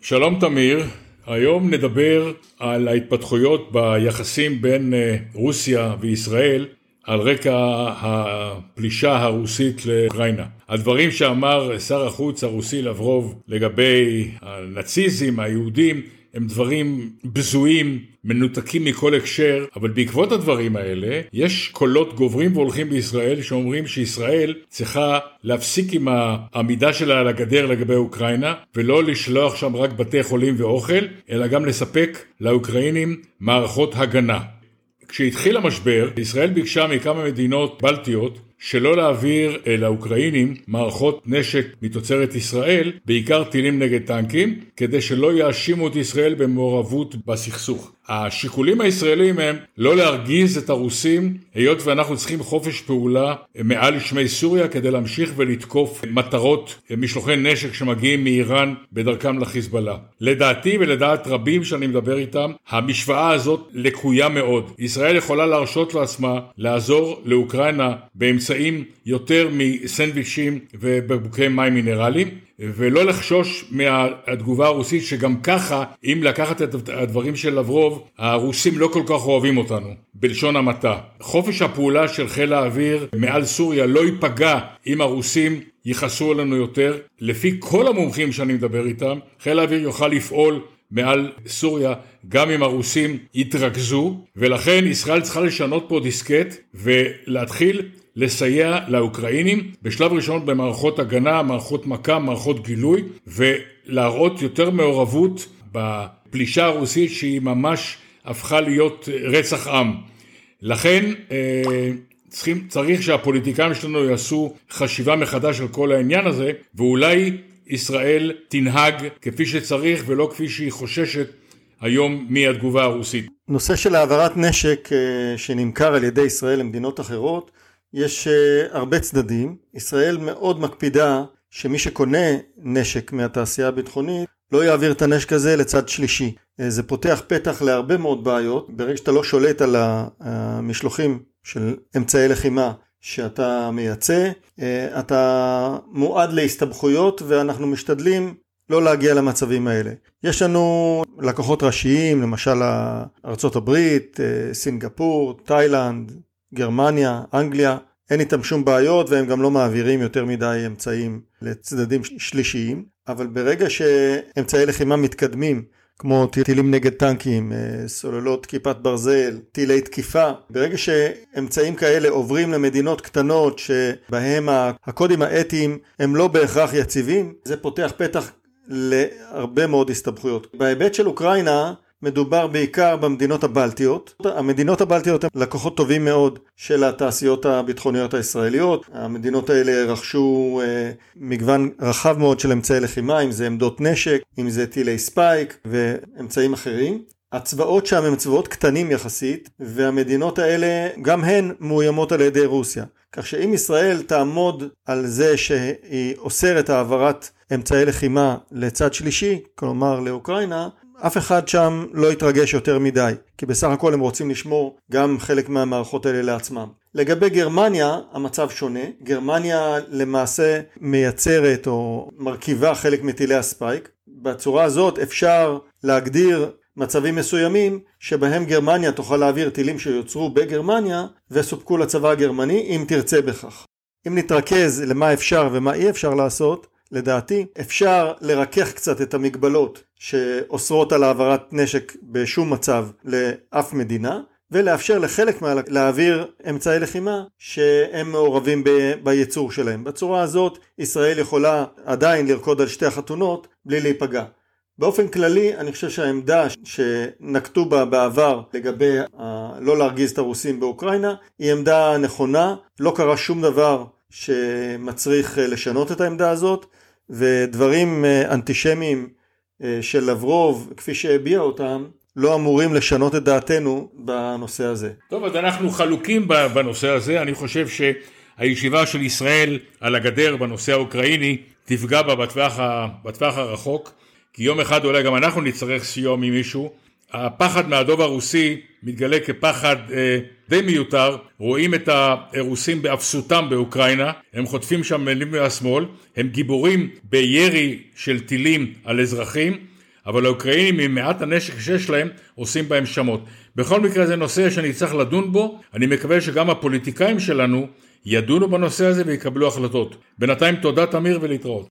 שלום תמיר, היום נדבר על ההתפתחויות ביחסים בין רוסיה וישראל על רקע הפלישה הרוסית לאוקראינה. הדברים שאמר שר החוץ הרוסי לברוב לגבי הנאציזם, היהודים, הם דברים בזויים, מנותקים מכל הקשר, אבל בעקבות הדברים האלה יש קולות גוברים והולכים בישראל שאומרים שישראל צריכה להפסיק עם העמידה שלה על הגדר לגבי אוקראינה, ולא לשלוח שם רק בתי חולים ואוכל, אלא גם לספק לאוקראינים מערכות הגנה. כשהתחיל המשבר, ישראל ביקשה מכמה מדינות בלטיות שלא להעביר לאוקראינים מערכות נשק מתוצרת ישראל, בעיקר טילים נגד טנקים, כדי שלא יאשימו את ישראל במעורבות בסכסוך. השיקולים הישראלים הם לא להרגיז את הרוסים, היות ואנחנו צריכים חופש פעולה מעל שמי סוריה כדי להמשיך ולתקוף מטרות משלוחי נשק שמגיעים מאיראן בדרכם לחיזבאללה. לדעתי ולדעת רבים שאני מדבר איתם, המשוואה הזאת לקויה מאוד. ישראל יכולה להרשות לעצמה לעזור לאוקראינה באמצעים יותר מסנדוויצ'ים ובקבוקי מים מינרליים, ולא לחשוש מהתגובה הרוסית שגם ככה, אם לקחת את הדברים של לברוב, הרוסים לא כל כך אוהבים אותנו, בלשון המעטה. חופש הפעולה של חיל האוויר מעל סוריה לא ייפגע אם הרוסים יכעסו עלינו יותר. לפי כל המומחים שאני מדבר איתם, חיל האוויר יוכל לפעול מעל סוריה גם אם הרוסים יתרכזו, ולכן ישראל צריכה לשנות פה דיסקט ולהתחיל לסייע לאוקראינים בשלב ראשון במערכות הגנה, מערכות מכה, מערכות גילוי, ולהראות יותר מעורבות בפלישה הרוסית שהיא ממש הפכה להיות רצח עם. לכן צריך שהפוליטיקאים שלנו יעשו חשיבה מחדש על כל העניין הזה, ואולי ישראל תנהג כפי שצריך ולא כפי שהיא חוששת היום מהתגובה הרוסית. נושא של העברת נשק שנמכר על ידי ישראל למדינות אחרות, יש הרבה צדדים. ישראל מאוד מקפידה שמי שקונה נשק מהתעשייה הביטחונית לא יעביר את הנשק הזה לצד שלישי. זה פותח פתח להרבה מאוד בעיות. ברגע שאתה לא שולט על המשלוחים של אמצעי לחימה שאתה מייצא, אתה מועד להסתבכויות, ואנחנו משתדלים לא להגיע למצבים האלה. יש לנו לקוחות ראשיים, למשל ארצות הברית, סינגפור, תאילנד, גרמניה, אנגליה, אין איתם שום בעיות, והם גם לא מעבירים יותר מדי אמצעים לצדדים שלישיים. אבל ברגע שאמצעי לחימה מתקדמים, כמו טילים נגד טנקים, סוללות כיפת ברזל, טילי תקיפה, ברגע שאמצעים כאלה עוברים למדינות קטנות שבהם הקודים האתיים הם לא בהכרח יציבים, זה פותח פתח להרבה מאוד הסתבכויות. בהיבט של אוקראינה מדובר בעיקר במדינות הבלטיות. המדינות הבלטיות הן לקוחות טובים מאוד של התעשיות הביטחוניות הישראליות. המדינות האלה רכשו מגוון רחב מאוד של אמצעי לחימה, אם זה עמדות נשק, אם זה טילי ספייק ואמצעים אחרים. הצבאות שם הם צבאות קטנים יחסית, והמדינות האלה גם הן מאוימות על ידי רוסיה. כך שאם ישראל תעמוד על זה שהיא אוסרת העברת אמצעי לחימה לצד שלישי, כלומר לאוקראינה, אף אחד שם לא יתרגש יותר מדי, כי בסך הכל הם רוצים לשמור גם חלק מהמערכות האלה לעצמם. לגבי גרמניה, המצב שונה. גרמניה למעשה מייצרת או מרכיבה חלק מטילי הספייק. בצורה הזאת אפשר להגדיר מצבים מסוימים שבהם גרמניה תוכל להעביר טילים שיוצרו בגרמניה וסופקו לצבא הגרמני אם תרצה בכך. אם נתרכז למה אפשר ומה אי אפשר לעשות, לדעתי אפשר לרכך קצת את המגבלות שאוסרות על העברת נשק בשום מצב לאף מדינה, ולאפשר לחלק להעביר אמצעי לחימה שהם מעורבים בייצור שלהם. בצורה הזאת ישראל יכולה עדיין לרקוד על שתי החתונות בלי להיפגע. באופן כללי אני חושב שהעמדה שנקטו בה בעבר לגבי לא להרגיז את הרוסים באוקראינה היא עמדה נכונה. לא קרה שום דבר שמצריך לשנות את העמדה הזאת, ודברים אנטישמיים של לברוב כפי שהביע אותם לא אמורים לשנות את דעתנו בנושא הזה. טוב, אז אנחנו חלוקים בנושא הזה. אני חושב שהישיבה של ישראל על הגדר בנושא האוקראיני תפגע בה בטווח הרחוק, כי יום אחד אולי גם אנחנו נצטרך סיוע ממישהו. הפחד מהדוב הרוסי מתגלה כפחד די מיותר. רואים את הרוסים באפסותם באוקראינה, הם חוטפים שם מימין והשמאל, הם גיבורים בירי של טילים על אזרחים, אבל האוקראינים עם מעט הנשק שיש להם עושים בהם שמות. בכל מקרה זה נושא שאני צריך לדון בו, אני מקווה שגם הפוליטיקאים שלנו ידונו בנושא הזה ויקבלו החלטות. בינתיים תודה תמיר ולהתראות.